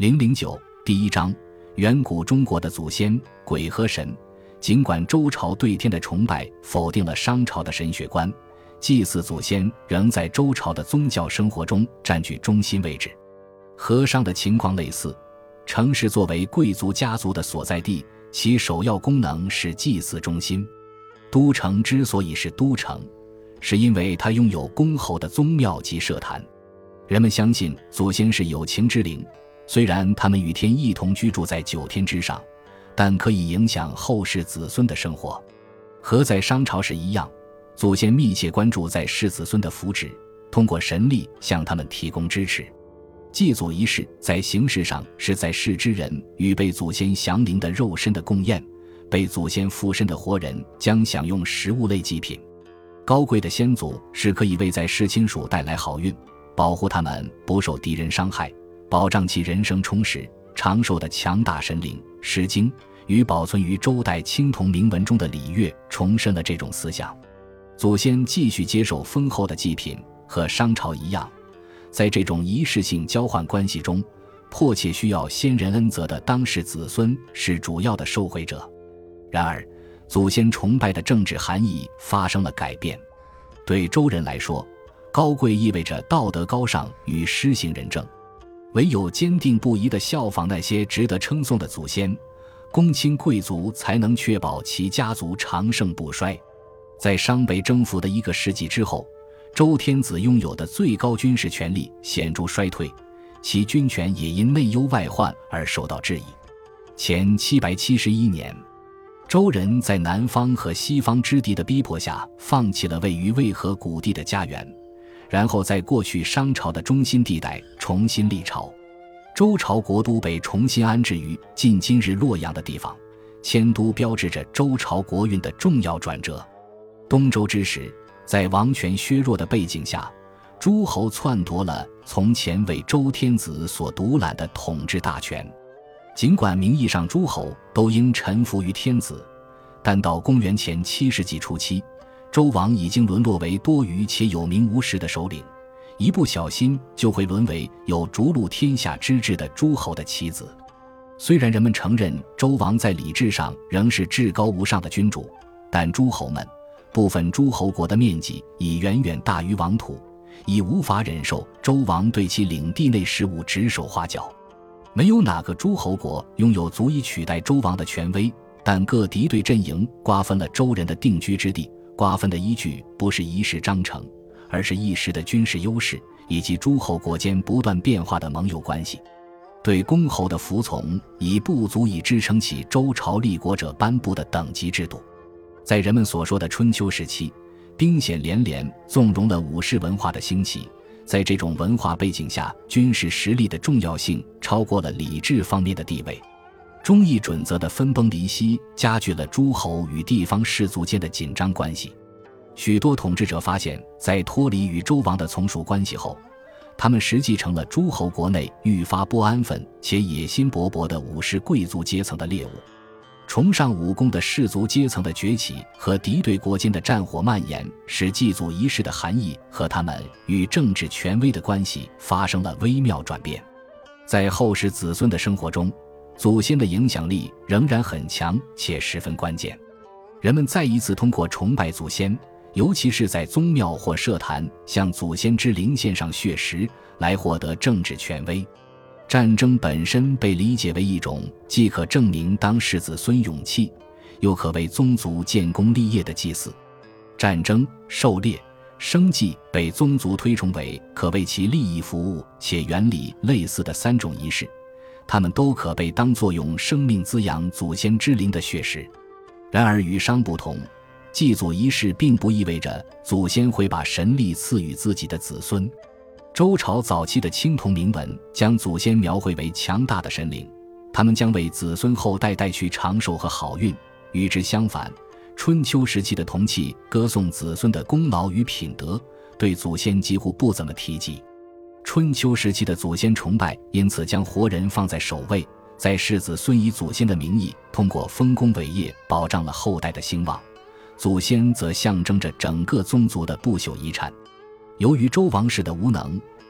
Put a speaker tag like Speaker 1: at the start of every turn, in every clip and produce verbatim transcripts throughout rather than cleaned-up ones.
Speaker 1: 零零九第一章，远古中国的祖先鬼和神。尽管周朝对天的崇拜否定了商朝的神学观，祭祀祖先仍在周朝的宗教生活中占据中心位置。和商的情况类似，城市作为贵族家族的所在地，其首要功能是祭祀中心。都城之所以是都城，是因为它拥有公侯的宗庙及社坛。人们相信祖先是有情之灵，虽然他们与天一同居住在九天之上，但可以影响后世子孙的生活。和在商朝时一样，祖先密切关注在世子孙的福祉，通过神力向他们提供支持。祭祖仪式在形式上是在世之人与被祖先降临的肉身的供宴，被祖先附身的活人将享用食物类祭品。高贵的先祖是可以为在世亲属带来好运，保护他们不受敌人伤害，保障其人生充实长寿的强大神灵。诗经与保存于周代青铜铭文中的礼乐重申了这种思想。祖先继续接受丰厚的祭品，和商朝一样，在这种仪式性交换关系中，迫切需要先人恩泽的当世子孙是主要的受惠者。然而，祖先崇拜的政治含义发生了改变。对周人来说，高贵意味着道德高尚与施行仁政，唯有坚定不移地效仿那些值得称颂的祖先，公卿贵族才能确保其家族长盛不衰。在商被征服的一个世纪之后，周天子拥有的最高军事权力显著衰退，其军权也因内忧外患而受到质疑。前七百七十一年，周人在南方和西方之敌的逼迫下，放弃了位于渭河谷地的家园，然后在过去商朝的中心地带重新立朝。周朝国都被重新安置于近今日洛阳的地方，迁都标志着周朝国运的重要转折。东周之时，在王权削弱的背景下，诸侯篡夺了从前为周天子所独揽的统治大权。尽管名义上诸侯都应臣服于天子，但到公元前七世纪初期，周王已经沦落为多余且有名无实的首领，一不小心就会沦为有逐鹿天下之志的诸侯的棋子。虽然人们承认周王在礼制上仍是至高无上的君主，但诸侯们部分诸侯国的面积已远远大于王土，已无法忍受周王对其领地内事务指手画脚。没有哪个诸侯国拥有足以取代周王的权威，但各敌对阵营瓜分了周人的定居之地，瓜分的依据不是一时章程，而是一时的军事优势，以及诸侯国间不断变化的盟友关系。对公侯的服从已不足以支撑起周朝立国者颁布的等级制度。在人们所说的春秋时期，兵险连连纵容了武士文化的兴起。在这种文化背景下，军事实力的重要性超过了礼制方面的地位。忠义准则的分崩离析加剧了诸侯与地方士族间的紧张关系。许多统治者发现，在脱离与周王的从属关系后，他们实际成了诸侯国内愈发不安分且野心勃勃的武士贵族阶层的猎物。崇尚武功的士族阶层的崛起和敌对国间的战火蔓延，使祭祖仪式的含义和他们与政治权威的关系发生了微妙转变。在后世子孙的生活中，祖先的影响力仍然很强且十分关键。人们再一次通过崇拜祖先，尤其是在宗庙或社坛向祖先之灵献上血食，来获得政治权威。战争本身被理解为一种既可证明当世子孙勇气，又可为宗族建功立业的祭祀。战争、狩猎、生祭被宗族推崇为可为其利益服务且原理类似的三种仪式，它们都可被当作用生命滋养祖先之灵的血食。然而与商不同，祭祖仪式并不意味着祖先会把神力赐予自己的子孙。周朝早期的青铜铭文将祖先描绘为强大的神灵，他们将为子孙后代带去长寿和好运。与之相反，春秋时期的铜器歌颂子孙的功劳与品德，对祖先几乎不怎么提及。春秋时期的祖先崇拜因此将活人放在首位，在世子孙以祖先的名义通过丰功伟业保障了后代的兴旺，祖先则象征着整个宗族的不朽遗产。由于周王室的无能，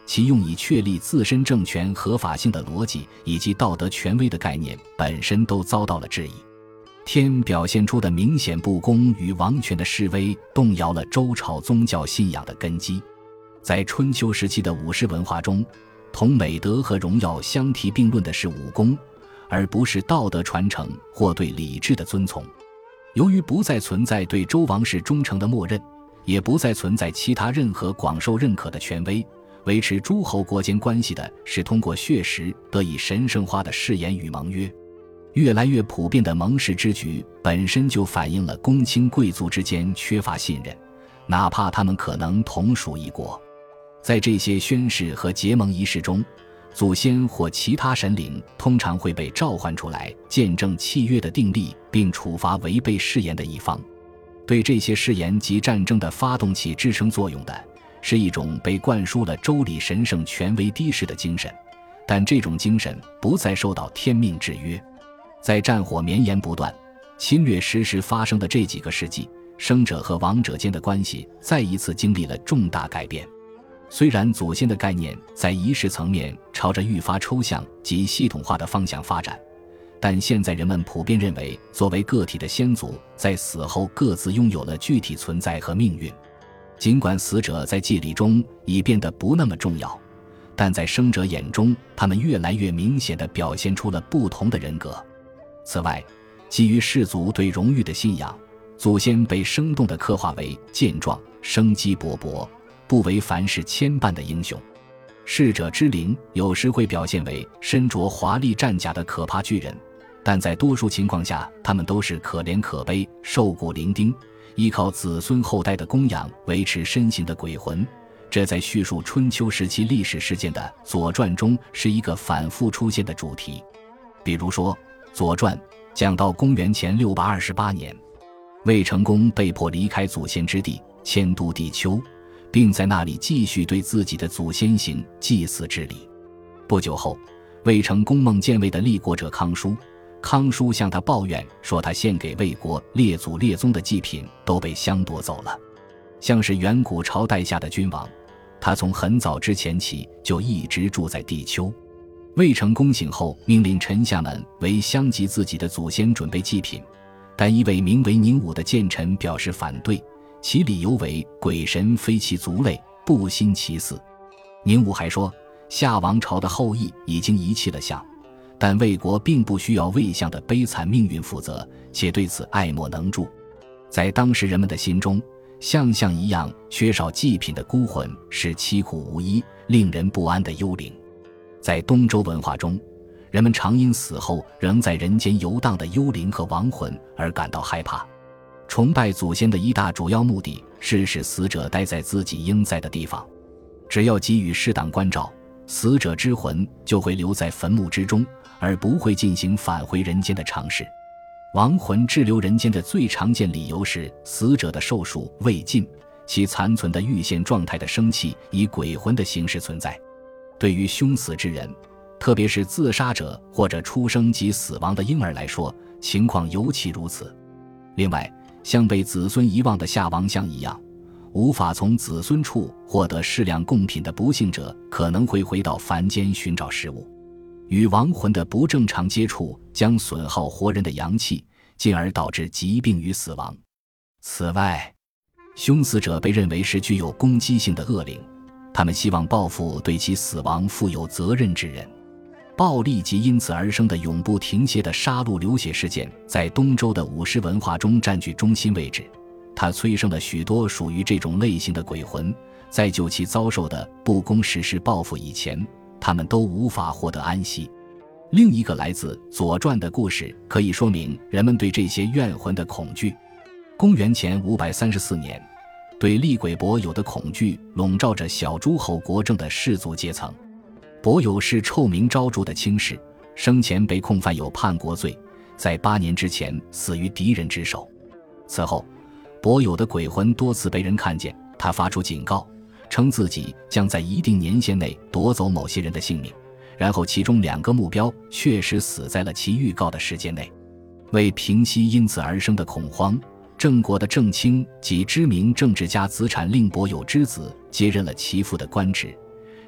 Speaker 1: 其用以确立自身政权合法性的逻辑以及道德权威的概念本身都遭到了质疑。天表现出的明显不公与王权的示威动摇了周朝宗教信仰的根基。在春秋时期的武士文化中，同美德和荣耀相提并论的是武功，而不是道德传承或对礼制的遵从。由于不再存在对周王室忠诚的默认，也不再存在其他任何广受认可的权威，维持诸侯国间关系的是通过血食得以神圣化的誓言与盟约。越来越普遍的盟誓之举本身就反映了公卿贵族之间缺乏信任，哪怕他们可能同属一国。在这些宣誓和结盟仪式中，祖先或其他神灵通常会被召唤出来见证契约的订立，并处罚违背誓言的一方。对这些誓言及战争的发动起支撑作用的是一种被灌输了周礼神圣权威低视的精神，但这种精神不再受到天命制约。在战火绵延不断、侵略时时发生的这几个世纪，生者和亡者间的关系再一次经历了重大改变。虽然祖先的概念在仪式层面朝着愈发抽象及系统化的方向发展，但现在人们普遍认为，作为个体的先祖在死后各自拥有了具体存在和命运。尽管死者在祭礼中已变得不那么重要，但在生者眼中，他们越来越明显地表现出了不同的人格。此外，基于氏族对荣誉的信仰，祖先被生动地刻画为健壮、生机勃勃、不为凡事牵绊的英雄。逝者之灵有时会表现为身着华丽战甲的可怕巨人，但在多数情况下，他们都是可怜可悲、瘦骨伶仃，依靠子孙后代的供养维持身形的鬼魂。这在叙述春秋时期历史事件的《左传》中是一个反复出现的主题。比如说，《左传》讲到公元前六百二十八年，魏成功被迫离开祖先之地，迁都地丘，并在那里继续对自己的祖先行祭祀之礼。不久后，魏成功梦见魏的立国者康叔，康叔向他抱怨说，他献给魏国列祖列宗的祭品都被相夺走了。像是远古朝代下的君王，他从很早之前起就一直住在地丘。魏成功醒后，命令臣下们为相及自己的祖先准备祭品，但一位名为宁武的谏臣表示反对，其理由为鬼神非其族类，不兴其祀。宁武还说，夏王朝的后裔已经遗弃了相，但魏国并不需要魏相的悲惨命运负责，且对此爱莫能助。在当时人们的心中，像像一样缺少祭品的孤魂是凄苦无依、令人不安的幽灵。在东周文化中，人们常因死后仍在人间游荡的幽灵和亡魂而感到害怕。崇拜祖先的一大主要目的是使死者待在自己应在的地方，只要给予适当关照，死者之魂就会留在坟墓之中，而不会进行返回人间的尝试。亡魂滞留人间的最常见理由是死者的寿数未尽，其残存的预现状态的生气以鬼魂的形式存在。对于凶死之人，特别是自杀者或者出生及死亡的婴儿来说，情况尤其如此。另外，像被子孙遗忘的夏王相一样，无法从子孙处获得适量贡品的不幸者可能会回到凡间寻找食物。与亡魂的不正常接触将损耗活人的阳气，进而导致疾病与死亡。此外，凶死者被认为是具有攻击性的恶灵，他们希望报复对其死亡负有责任之人。暴力及因此而生的永不停歇的杀戮流血事件在东周的武士文化中占据中心位置，它催生了许多属于这种类型的鬼魂，在就其遭受的不公实施报复以前，他们都无法获得安息。另一个来自《左传》的故事可以说明人们对这些怨魂的恐惧。公元前五百三十四年，对厉鬼伯有的恐惧笼罩着小诸侯国政的氏族阶层。伯友是臭名昭著的卿士，生前被控犯有叛国罪，在八年之前死于敌人之手。此后，伯友的鬼魂多次被人看见，他发出警告，称自己将在一定年限内夺走某些人的性命，然后其中两个目标确实死在了其预告的时间内。为平息因此而生的恐慌，郑国的郑卿及知名政治家子产令伯友之子接任了其父的官职，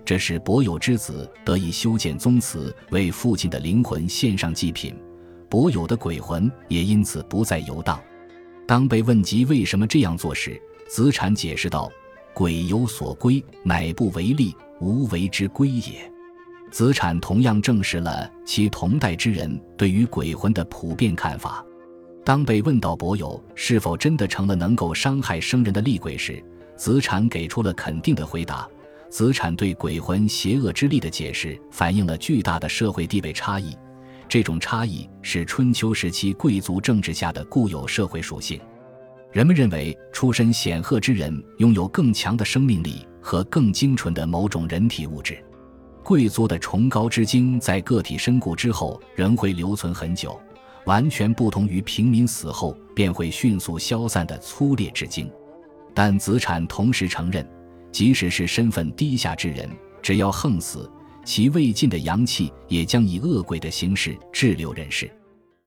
Speaker 1: 这使伯友之子得以修建宗祠，为父亲的灵魂献上祭品，伯友的鬼魂也因此不再游荡。当被问及为什么这样做时，子产解释道：鬼有所归，乃不为利，无为之归也。子产同样证实了其同代之人对于鬼魂的普遍看法。当被问到伯友是否真的成了能够伤害生人的厉鬼时，子产给出了肯定的回答。子产对鬼魂邪恶之力的解释反映了巨大的社会地位差异，这种差异是春秋时期贵族政治下的固有社会属性。人们认为出身显赫之人拥有更强的生命力和更精纯的某种人体物质。贵族的崇高之精在个体身故之后仍会留存很久，完全不同于平民死后便会迅速消散的粗劣之精。但子产同时承认，即使是身份低下之人，只要横死，其未尽的阳气也将以恶鬼的形式滞留人世。